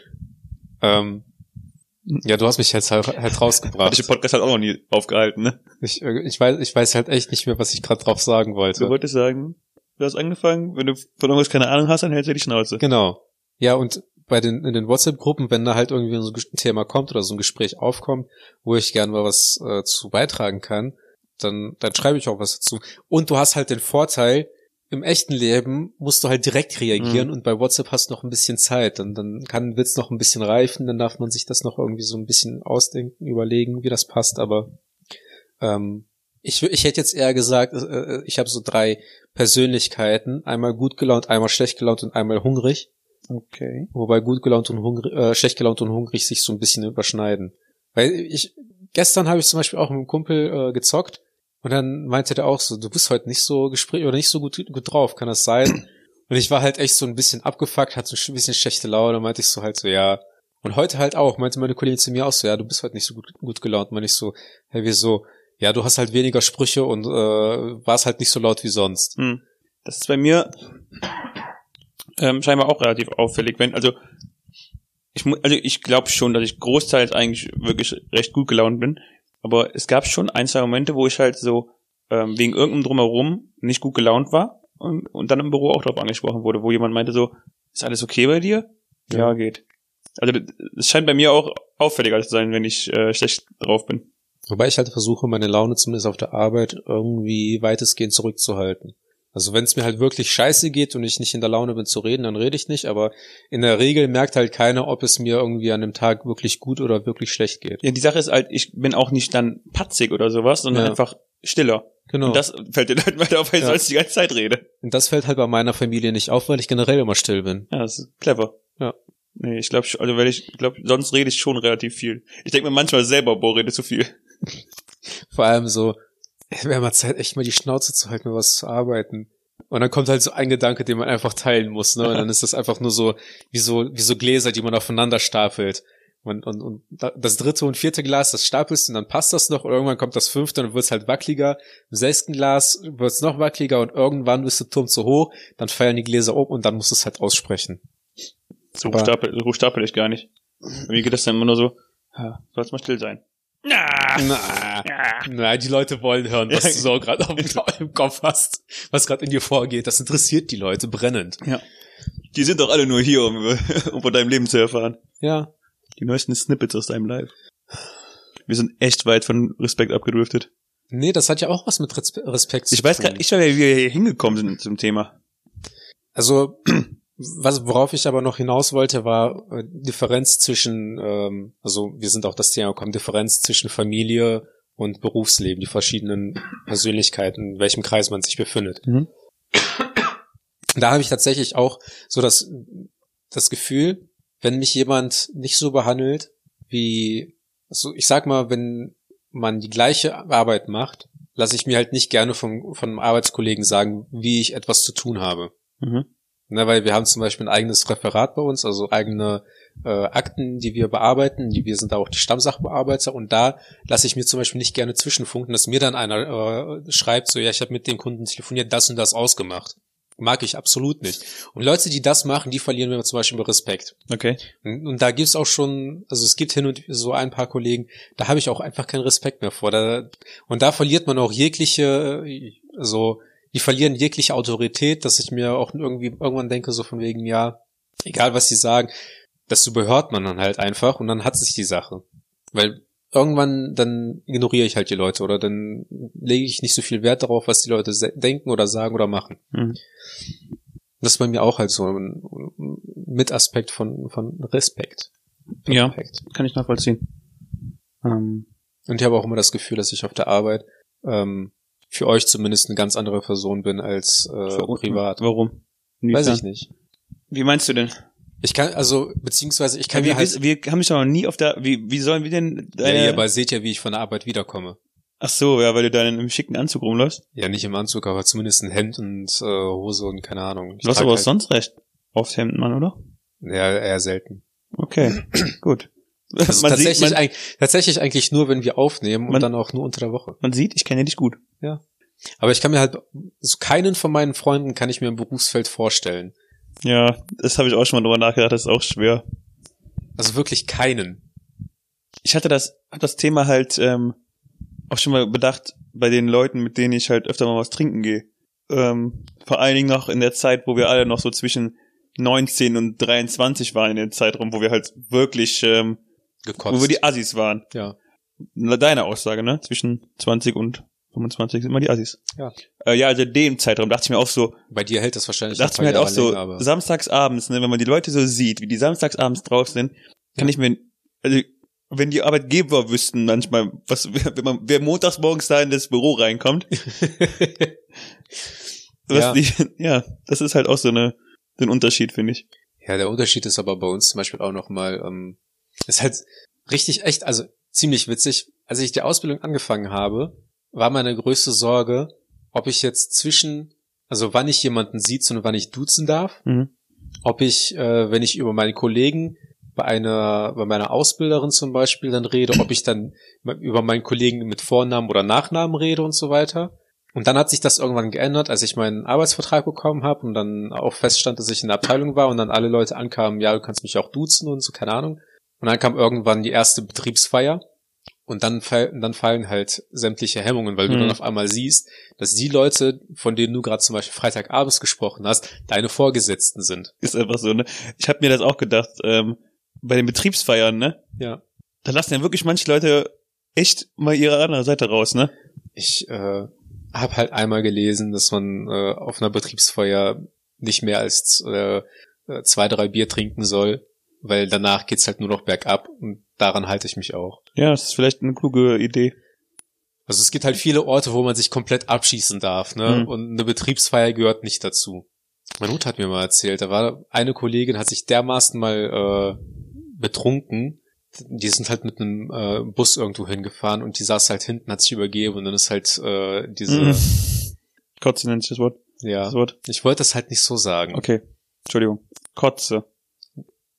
[SPEAKER 2] Ähm, ja, du hast mich jetzt halt, halt rausgebracht.
[SPEAKER 1] Ich den Podcast halt auch noch nie aufgehalten, ne?
[SPEAKER 2] Ich, ich weiß, ich weiß halt echt nicht mehr, was ich gerade drauf sagen wollte.
[SPEAKER 1] Du wolltest sagen, du hast angefangen, wenn du von irgendwas keine Ahnung hast, dann hältst du die Schnauze.
[SPEAKER 2] Genau. Ja, und bei den, in den WhatsApp-Gruppen, wenn da halt irgendwie so ein Thema kommt oder so ein Gespräch aufkommt, wo ich gerne mal was äh, zu beitragen kann, dann, dann schreibe ich auch was dazu. Und du hast halt den Vorteil, im echten Leben musst du halt direkt reagieren mhm. und bei WhatsApp hast du noch ein bisschen Zeit. Dann, dann kann, wird's noch ein bisschen reifen, dann darf man sich das noch irgendwie so ein bisschen ausdenken, überlegen, wie das passt. Aber ähm, ich, ich hätte jetzt eher gesagt, äh, ich habe so drei Persönlichkeiten. Einmal gut gelaunt, einmal schlecht gelaunt und einmal hungrig.
[SPEAKER 1] Okay.
[SPEAKER 2] Wobei gut gelaunt und hungrig, äh, schlecht gelaunt und hungrig sich so ein bisschen überschneiden. Weil ich, gestern habe ich zum Beispiel auch mit einem Kumpel äh, gezockt und dann meinte der auch so, du bist heute nicht so gespräch oder nicht so gut, gut drauf, kann das sein? Und ich war halt echt so ein bisschen abgefuckt, hatte so ein bisschen schlechte Laune, dann meinte ich so halt so, ja. Und heute halt auch, meinte meine Kollegin zu mir auch so, ja, du bist heute nicht so gut, gut gelaunt. Meinte ich so, hey, wieso? Ja, du hast halt weniger Sprüche und äh, warst halt nicht so laut wie sonst.
[SPEAKER 1] Hm. Das ist bei mir ähm, scheinbar auch relativ auffällig, wenn, also ich mu- also ich glaube schon, dass ich großteils eigentlich wirklich recht gut gelaunt bin, aber es gab schon ein, zwei Momente, wo ich halt so ähm, wegen irgendeinem Drumherum nicht gut gelaunt war und, und dann im Büro auch drauf angesprochen wurde, wo jemand meinte so, ist alles okay bei dir? Ja, ja geht. Also es scheint bei mir auch auffälliger zu sein, wenn ich äh, schlecht drauf bin.
[SPEAKER 2] Wobei ich halt versuche, meine Laune zumindest auf der Arbeit irgendwie weitestgehend zurückzuhalten. Also wenn es mir halt wirklich scheiße geht und ich nicht in der Laune bin zu reden, dann rede ich nicht, aber in der Regel merkt halt keiner, ob es mir irgendwie an dem Tag wirklich gut oder wirklich schlecht geht.
[SPEAKER 1] Ja, die Sache ist halt, ich bin auch nicht dann patzig oder sowas, sondern ja. einfach stiller.
[SPEAKER 2] Genau.
[SPEAKER 1] Und das fällt den Leuten weiter auf, weil ich ja. sonst die ganze Zeit rede.
[SPEAKER 2] Und das fällt halt bei meiner Familie nicht auf, weil ich generell immer still bin.
[SPEAKER 1] Ja, das ist clever.
[SPEAKER 2] Ja.
[SPEAKER 1] Nee, ich glaube, also weil ich glaube, sonst rede ich schon relativ viel. Ich denke mir manchmal selber, boah, rede zu viel.
[SPEAKER 2] Vor allem so, wäre mal Zeit, echt mal die Schnauze zu halten, mal was zu arbeiten. Und dann kommt halt so ein Gedanke, den man einfach teilen muss, ne? Und dann ist das einfach nur so, wie so, wie so Gläser, die man aufeinander stapelt. Und, und, und das dritte und vierte Glas, das stapelst und dann passt das noch. Und irgendwann kommt das fünfte und dann wird's halt wackeliger. Im sechsten Glas wird's noch wackeliger und irgendwann ist der Turm zu hoch. Dann fallen die Gläser um und dann musst du es halt aussprechen.
[SPEAKER 1] So hoch stapel, so hoch stapel ich gar nicht. Bei mir geht das dann immer nur so, ja, soll's mal still sein.
[SPEAKER 2] Na, na, na, die Leute wollen hören, was du so gerade im Kopf hast, was gerade in dir vorgeht. Das interessiert die Leute brennend.
[SPEAKER 1] Ja. Die sind doch alle nur hier, um, um von deinem Leben zu erfahren.
[SPEAKER 2] Ja.
[SPEAKER 1] Die neuesten Snippets aus deinem Live. Wir sind echt weit von Respekt abgedriftet.
[SPEAKER 2] Nee, das hat ja auch was mit Respe- Respekt zu tun.
[SPEAKER 1] Ich weiß gar nicht, wie wir hier hingekommen sind zum Thema.
[SPEAKER 2] Also, was, worauf ich aber noch hinaus wollte, war äh, Differenz zwischen, ähm, also wir sind auch das Thema gekommen, Differenz zwischen Familie und Berufsleben, die verschiedenen Persönlichkeiten, in welchem Kreis man sich befindet.
[SPEAKER 1] Mhm.
[SPEAKER 2] Da habe ich tatsächlich auch so das, das Gefühl, wenn mich jemand nicht so behandelt, wie, also ich sag mal, wenn man die gleiche Arbeit macht, lasse ich mir halt nicht gerne vom, von einem Arbeitskollegen sagen, wie ich etwas zu tun habe.
[SPEAKER 1] Mhm.
[SPEAKER 2] Ne, weil wir haben zum Beispiel ein eigenes Referat bei uns, also eigene äh, Akten, die wir bearbeiten, die wir sind da auch die Stammsachbearbeiter und da lasse ich mir zum Beispiel nicht gerne zwischenfunken, dass mir dann einer äh, schreibt, so ja, ich habe mit dem Kunden telefoniert, das und das ausgemacht. Mag ich absolut nicht. Und Leute, die das machen, die verlieren mir zum Beispiel Respekt.
[SPEAKER 1] Okay.
[SPEAKER 2] Und, und da gibt's auch schon, also es gibt hin und so ein paar Kollegen, da habe ich auch einfach keinen Respekt mehr vor. Da, und da verliert man auch jegliche, so, die verlieren jegliche Autorität, dass ich mir auch irgendwie irgendwann denke, so von wegen, ja, egal was sie sagen, das überhört man dann halt einfach und dann hat sich die Sache. Weil irgendwann, dann ignoriere ich halt die Leute oder dann lege ich nicht so viel Wert darauf, was die Leute se- denken oder sagen oder machen.
[SPEAKER 1] Mhm.
[SPEAKER 2] Das ist bei mir auch halt so ein Mitaspekt von, von Respekt.
[SPEAKER 1] Ja,
[SPEAKER 2] Respekt.
[SPEAKER 1] kann ich nachvollziehen. Ähm.
[SPEAKER 2] Und ich habe auch immer das Gefühl, dass ich auf der Arbeit ähm, für euch zumindest eine ganz andere Person bin als äh, privat.
[SPEAKER 1] Warum?
[SPEAKER 2] Weiß ich nicht.
[SPEAKER 1] Wie meinst du denn?
[SPEAKER 2] Ich kann, also, beziehungsweise ich kann
[SPEAKER 1] wir,
[SPEAKER 2] mir halt...
[SPEAKER 1] wir haben dich doch noch nie auf der... Wie, wie sollen wir denn...
[SPEAKER 2] Deine, ja, ihr aber seht ja, wie ich von der Arbeit wiederkomme.
[SPEAKER 1] Ach so, ja, weil du da in einem schicken Anzug rumläufst?
[SPEAKER 2] Ja, nicht im Anzug, aber zumindest ein Hemd und äh, Hose und keine Ahnung.
[SPEAKER 1] Ich du hast aber auch halt sonst recht oft Hemden, Mann, oder?
[SPEAKER 2] Ja, eher selten.
[SPEAKER 1] Okay, gut.
[SPEAKER 2] Also
[SPEAKER 1] man
[SPEAKER 2] tatsächlich,
[SPEAKER 1] sieht, man,
[SPEAKER 2] eigentlich, tatsächlich eigentlich nur, wenn wir aufnehmen und
[SPEAKER 1] man,
[SPEAKER 2] dann auch nur unter der Woche.
[SPEAKER 1] Man sieht, ich kenne dich gut.
[SPEAKER 2] Ja. Aber ich kann mir halt, so keinen von meinen Freunden kann ich mir im Berufsfeld vorstellen.
[SPEAKER 1] Ja, das habe ich auch schon mal drüber nachgedacht, das ist auch schwer.
[SPEAKER 2] Also wirklich keinen.
[SPEAKER 1] Ich hatte das, hab das Thema halt ähm, auch schon mal bedacht bei den Leuten, mit denen ich halt öfter mal was trinken gehe. Ähm, vor allen Dingen noch in der Zeit, wo wir alle noch so zwischen neunzehn und dreiundzwanzig waren, in dem Zeitraum, wo wir halt wirklich ähm, gekotzt. Wo wir die Assis waren.
[SPEAKER 2] Ja.
[SPEAKER 1] Deine Aussage, ne? Zwischen zwanzig und fünfundzwanzig sind immer die Assis.
[SPEAKER 2] Ja.
[SPEAKER 1] Äh, ja, also in dem Zeitraum dachte ich mir auch so.
[SPEAKER 2] Bei dir hält das wahrscheinlich
[SPEAKER 1] dachte ich mir halt auch so, länger, samstagsabends, ne, wenn man die Leute so sieht, wie die samstagsabends drauf sind, kann ja. ich mir, also wenn die Arbeitgeber wüssten manchmal, was, wenn man, wer montags morgens da in das Büro reinkommt, was
[SPEAKER 2] ja.
[SPEAKER 1] die, ja, das ist halt auch so eine, so ein Unterschied, finde ich.
[SPEAKER 2] Ja, der Unterschied ist aber bei uns zum Beispiel auch nochmal, ähm, ist halt richtig echt, also ziemlich witzig. Als ich die Ausbildung angefangen habe, war meine größte Sorge, ob ich jetzt zwischen, also wann ich jemanden siezen und wann ich duzen darf,
[SPEAKER 1] mhm.
[SPEAKER 2] ob ich, äh, wenn ich über meine Kollegen bei einer, bei meiner Ausbilderin zum Beispiel dann rede, ob ich dann über meinen Kollegen mit Vornamen oder Nachnamen rede und so weiter. Und dann hat sich das irgendwann geändert, als ich meinen Arbeitsvertrag bekommen habe und dann auch feststand, dass ich in der Abteilung war und dann alle Leute ankamen, ja, du kannst mich auch duzen und so, keine Ahnung. Und dann kam irgendwann die erste Betriebsfeier und dann, dann fallen halt sämtliche Hemmungen, weil du mhm. dann auf einmal siehst, dass die Leute, von denen du gerade zum Beispiel Freitagabends gesprochen hast, deine Vorgesetzten sind.
[SPEAKER 1] Ist einfach so, ne? Ich habe mir das auch gedacht, ähm, bei den Betriebsfeiern, ne?
[SPEAKER 2] Ja.
[SPEAKER 1] Da lassen ja wirklich manche Leute echt mal ihre andere Seite raus, ne?
[SPEAKER 2] Ich äh, habe halt einmal gelesen, dass man äh, auf einer Betriebsfeier nicht mehr als äh, zwei, drei Bier trinken soll, weil danach geht's halt nur noch bergab und daran halte ich mich auch.
[SPEAKER 1] Ja, das ist vielleicht eine kluge Idee.
[SPEAKER 2] Also es gibt halt viele Orte, wo man sich komplett abschießen darf, ne?
[SPEAKER 1] Mhm.
[SPEAKER 2] Und eine Betriebsfeier gehört nicht dazu. Meine Mutter hat mir mal erzählt, da war eine Kollegin, hat sich dermaßen mal äh, betrunken, die sind halt mit einem äh, Bus irgendwo hingefahren und die saß halt hinten, hat sich übergeben und dann ist halt äh, diese...
[SPEAKER 1] Mhm. Kotze nennt sich das Wort.
[SPEAKER 2] Ja,
[SPEAKER 1] das Wort.
[SPEAKER 2] Ich wollte das halt nicht so sagen.
[SPEAKER 1] Okay, Entschuldigung. Kotze.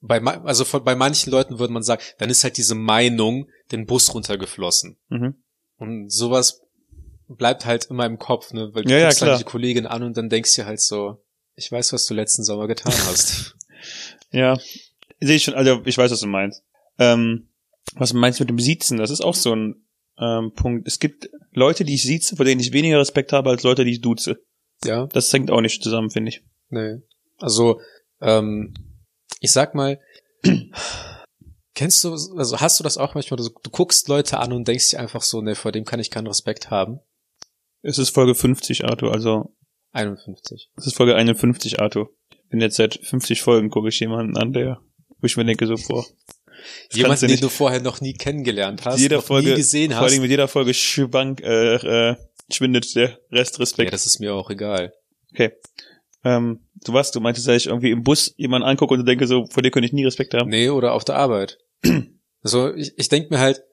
[SPEAKER 2] bei, also von, bei manchen Leuten würde man sagen, dann ist halt diese Meinung den Bus runtergeflossen.
[SPEAKER 1] Mhm.
[SPEAKER 2] Und sowas bleibt halt immer im Kopf, ne, weil du
[SPEAKER 1] ja,
[SPEAKER 2] guckst
[SPEAKER 1] ja,
[SPEAKER 2] dann die Kollegin an und dann denkst du halt so, ich weiß, was du letzten Sommer getan hast.
[SPEAKER 1] Ja, sehe ich schon, also ich weiß, was du meinst. Ähm, was meinst du mit dem Siezen? Das ist auch so ein ähm, Punkt. Es gibt Leute, die ich sieze, vor denen ich weniger Respekt habe, als Leute, die ich duze.
[SPEAKER 2] Ja.
[SPEAKER 1] Das hängt auch nicht zusammen, finde ich.
[SPEAKER 2] Nee. Also, ähm, ich sag mal, kennst du, also hast du das auch manchmal, du, du guckst Leute an und denkst dir einfach so, ne, vor dem kann ich keinen Respekt haben?
[SPEAKER 1] Es ist Folge fünfzig, Arthur, also
[SPEAKER 2] einundfünfzig.
[SPEAKER 1] es ist Folge einundfünfzig, Arthur. Ich bin jetzt seit fünfzig Folgen, gucke ich jemanden an, der, wo ich mir denke, so, boah.
[SPEAKER 2] Jemanden, den du vorher noch nie kennengelernt hast,
[SPEAKER 1] jeder
[SPEAKER 2] noch
[SPEAKER 1] Folge,
[SPEAKER 2] nie gesehen hast.
[SPEAKER 1] Vor allem mit jeder Folge schwank, äh, äh, schwindet der Rest Respekt.
[SPEAKER 2] Ja, das ist mir auch egal.
[SPEAKER 1] Okay. Ähm, du was, du meintest, dass ich irgendwie im Bus jemanden angucke und denke so, vor dir könnte ich nie Respekt haben?
[SPEAKER 2] Nee, oder auf der Arbeit. Also ich, ich denke mir halt,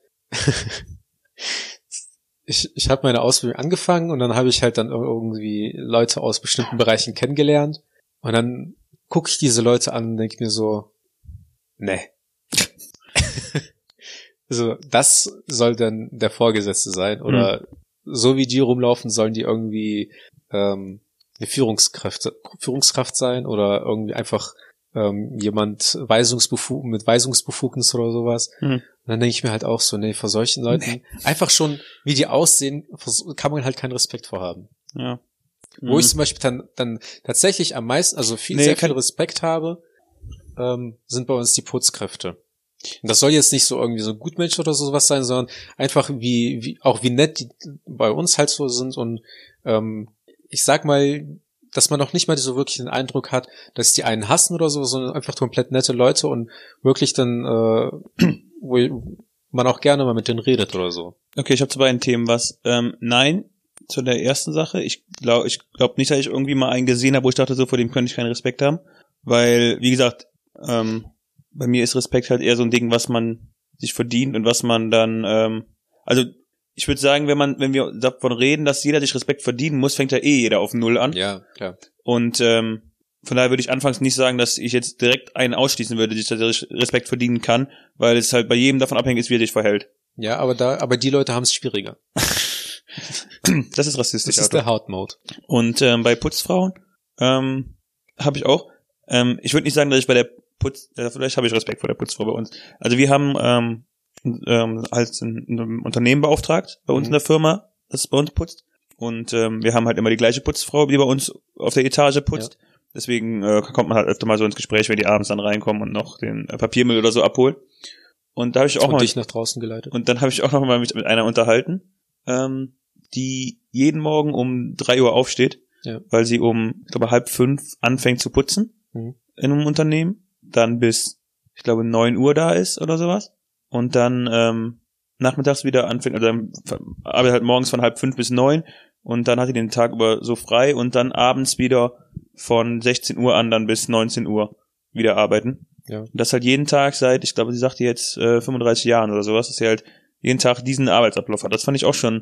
[SPEAKER 2] ich, ich habe meine Ausbildung angefangen und dann habe ich halt dann irgendwie Leute aus bestimmten Bereichen kennengelernt und dann gucke ich diese Leute an und denke mir so, nee. Also das soll dann der Vorgesetzte sein oder mhm. so wie die rumlaufen, sollen die irgendwie ähm, eine Führungskraft, Führungskraft sein oder irgendwie einfach ähm, jemand Weisungsbefug mit Weisungsbefugnis oder sowas. Mhm. Und dann denke ich mir halt auch so, nee, vor solchen Leuten, nee. einfach schon, wie die aussehen, kann man halt keinen Respekt vor haben.
[SPEAKER 1] Ja.
[SPEAKER 2] Wo mhm. ich zum Beispiel dann, dann tatsächlich am meisten, also viel, nee, sehr viel Respekt habe, ähm, sind bei uns die Putzkräfte. Und das soll jetzt nicht so irgendwie so ein Gutmensch oder sowas sein, sondern einfach wie, wie auch wie nett die bei uns halt so sind und ähm, ich sag mal, dass man noch nicht mal so wirklich den Eindruck hat, dass die einen hassen oder so, sondern einfach komplett nette Leute und wirklich dann, äh, wo man auch gerne mal mit denen redet oder so.
[SPEAKER 1] Okay, ich habe zu beiden Themen was. Ähm, nein, zu der ersten Sache. Ich glaube ich glaub nicht, dass ich irgendwie mal einen gesehen habe, wo ich dachte, so vor dem könnte ich keinen Respekt haben. Weil, wie gesagt, ähm, bei mir ist Respekt halt eher so ein Ding, was man sich verdient und was man dann, ähm, also ich würde sagen, wenn man, wenn wir davon reden, dass jeder sich Respekt verdienen muss, fängt ja eh jeder auf Null an.
[SPEAKER 2] Ja, klar.
[SPEAKER 1] Und ähm, von daher würde ich anfangs nicht sagen, dass ich jetzt direkt einen ausschließen würde, der sich Respekt verdienen kann, weil es halt bei jedem davon abhängig ist, wie er sich verhält.
[SPEAKER 2] Ja, aber da, aber die Leute haben es schwieriger.
[SPEAKER 1] Das ist rassistisch.
[SPEAKER 2] Das ist der Hautmode.
[SPEAKER 1] Und ähm, bei Putzfrauen ähm, habe ich auch, ähm, ich würde nicht sagen, dass ich bei der Putz, äh, vielleicht habe ich Respekt vor der Putzfrau bei uns. Also wir haben ähm, ähm, als ein, ein Unternehmen beauftragt bei uns mhm. in der Firma, das bei uns putzt. Und ähm, wir haben halt immer die gleiche Putzfrau, die bei uns auf der Etage putzt. Ja. Deswegen äh, kommt man halt öfter mal so ins Gespräch, wenn die abends dann reinkommen und noch den äh, Papiermüll oder so abholen. Und da habe ich auch
[SPEAKER 2] und
[SPEAKER 1] mal
[SPEAKER 2] dich nach draußen geleitet.
[SPEAKER 1] Und dann habe ich auch noch mal mit, mit einer unterhalten, ähm, die jeden Morgen um drei Uhr aufsteht, ja. weil sie um, ich glaube, halb fünf anfängt zu putzen mhm. in einem Unternehmen, dann bis, ich glaube, neun Uhr da ist oder sowas und dann ähm, nachmittags wieder anfängt, also dann arbeitet halt morgens von halb fünf bis neun und dann hat sie den Tag über so frei und dann abends wieder von sechzehn Uhr an dann bis neunzehn Uhr wieder arbeiten.
[SPEAKER 2] Ja.
[SPEAKER 1] Und das halt jeden Tag seit, ich glaube, sie sagte jetzt äh, fünfunddreißig Jahren oder sowas, dass sie halt jeden Tag diesen Arbeitsablauf hat. Das fand ich auch schon,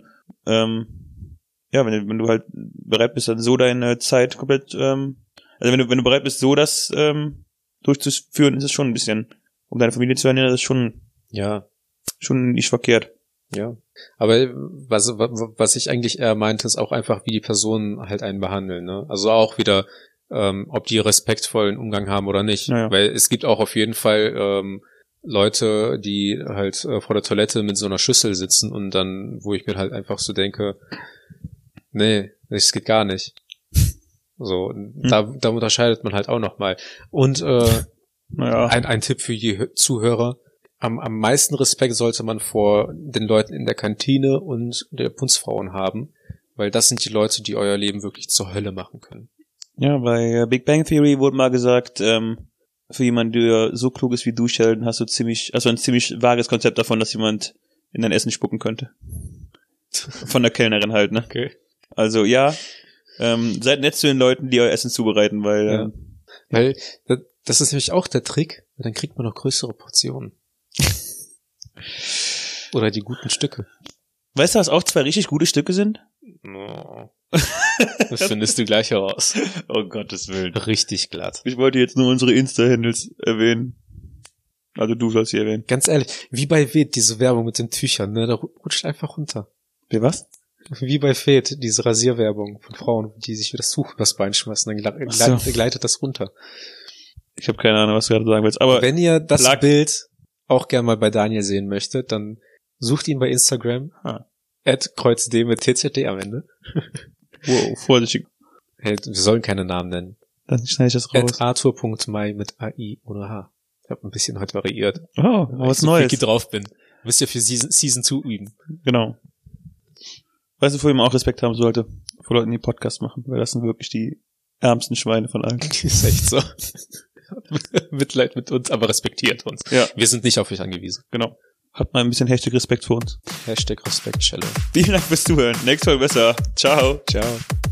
[SPEAKER 1] ähm, ja, wenn du, wenn du halt bereit bist, dann so deine Zeit komplett, ähm, also wenn du, wenn du bereit bist, so das ähm, durchzuführen, ist es schon ein bisschen, um deine Familie zu ernähren, das ist schon,
[SPEAKER 2] ja,
[SPEAKER 1] schon nicht verkehrt.
[SPEAKER 2] Ja, aber was, was ich eigentlich eher meinte, ist auch einfach, wie die Personen halt einen behandeln, ne? Also auch wieder, ähm, ob die respektvollen Umgang haben oder nicht.
[SPEAKER 1] Naja.
[SPEAKER 2] Weil es gibt auch auf jeden Fall ähm, Leute, die halt äh, vor der Toilette mit so einer Schüssel sitzen und dann, wo ich mir halt einfach so denke, nee, das geht gar nicht. So, hm. da, da unterscheidet man halt auch nochmal. Und äh,
[SPEAKER 1] naja.
[SPEAKER 2] ein, ein Tipp für die Zuhörer, am, am meisten Respekt sollte man vor den Leuten in der Kantine und der Putzfrauen haben, weil das sind die Leute, die euer Leben wirklich zur Hölle machen können.
[SPEAKER 1] Ja, bei Big Bang Theory wurde mal gesagt, ähm, für jemanden, der so klug ist wie du, Sheldon, hast du ziemlich, also ein ziemlich vages Konzept davon, dass jemand in dein Essen spucken könnte. Von der Kellnerin halt, ne?
[SPEAKER 2] Okay.
[SPEAKER 1] Also ja, ähm, seid nett zu den Leuten, die euer Essen zubereiten, weil
[SPEAKER 2] ja.
[SPEAKER 1] ähm,
[SPEAKER 2] weil das ist nämlich auch der Trick, dann kriegt man noch größere Portionen. Oder die guten Stücke.
[SPEAKER 1] Weißt du, was auch zwei richtig gute Stücke sind?
[SPEAKER 2] No. Das findest du gleich heraus.
[SPEAKER 1] Oh Gottes Willen.
[SPEAKER 2] Richtig glatt.
[SPEAKER 1] Ich wollte jetzt nur unsere Insta-Handles erwähnen. Also du sollst sie erwähnen.
[SPEAKER 2] Ganz ehrlich, wie bei Fed, diese Werbung mit den Tüchern, ne, da rutscht einfach runter.
[SPEAKER 1] Wie was?
[SPEAKER 2] Wie bei Fed, diese Rasierwerbung von Frauen, die sich wieder das Tuch übers Bein schmeißen, dann gle-
[SPEAKER 1] so.
[SPEAKER 2] gle- gleitet das runter.
[SPEAKER 1] Ich habe keine Ahnung, was du gerade sagen willst. Aber
[SPEAKER 2] wenn ihr das
[SPEAKER 1] Plug-
[SPEAKER 2] Bild auch gerne mal bei Daniel sehen möchtet, dann sucht ihn bei Instagram,
[SPEAKER 1] ah.
[SPEAKER 2] at kreuzt mit T Z D am Ende.
[SPEAKER 1] Wow, vorsichtig.
[SPEAKER 2] Hey, wir sollen keine Namen nennen.
[SPEAKER 1] Dann schneide ich das raus.
[SPEAKER 2] At arthur.mai mit A I ohne H. Ich habe ein bisschen heute variiert.
[SPEAKER 1] Oh,
[SPEAKER 2] weil
[SPEAKER 1] was
[SPEAKER 2] ich so
[SPEAKER 1] Neues.
[SPEAKER 2] picky drauf bin. Müsst ihr für Season, Season zwei üben.
[SPEAKER 1] Genau. Weißt du, vor wem man auch Respekt haben sollte? Vor Leuten, die Podcast machen, weil das sind wirklich die ärmsten Schweine von allen.
[SPEAKER 2] Ist echt so. Mitleid mit uns, aber respektiert uns.
[SPEAKER 1] Ja.
[SPEAKER 2] Wir sind nicht auf euch angewiesen.
[SPEAKER 1] Genau. Habt mal ein bisschen Hashtag Respekt vor uns.
[SPEAKER 2] Hashtag Respekt, Challenge.
[SPEAKER 1] Vielen Dank fürs Zuhören. Nächstes Mal besser. Ciao.
[SPEAKER 2] Ciao.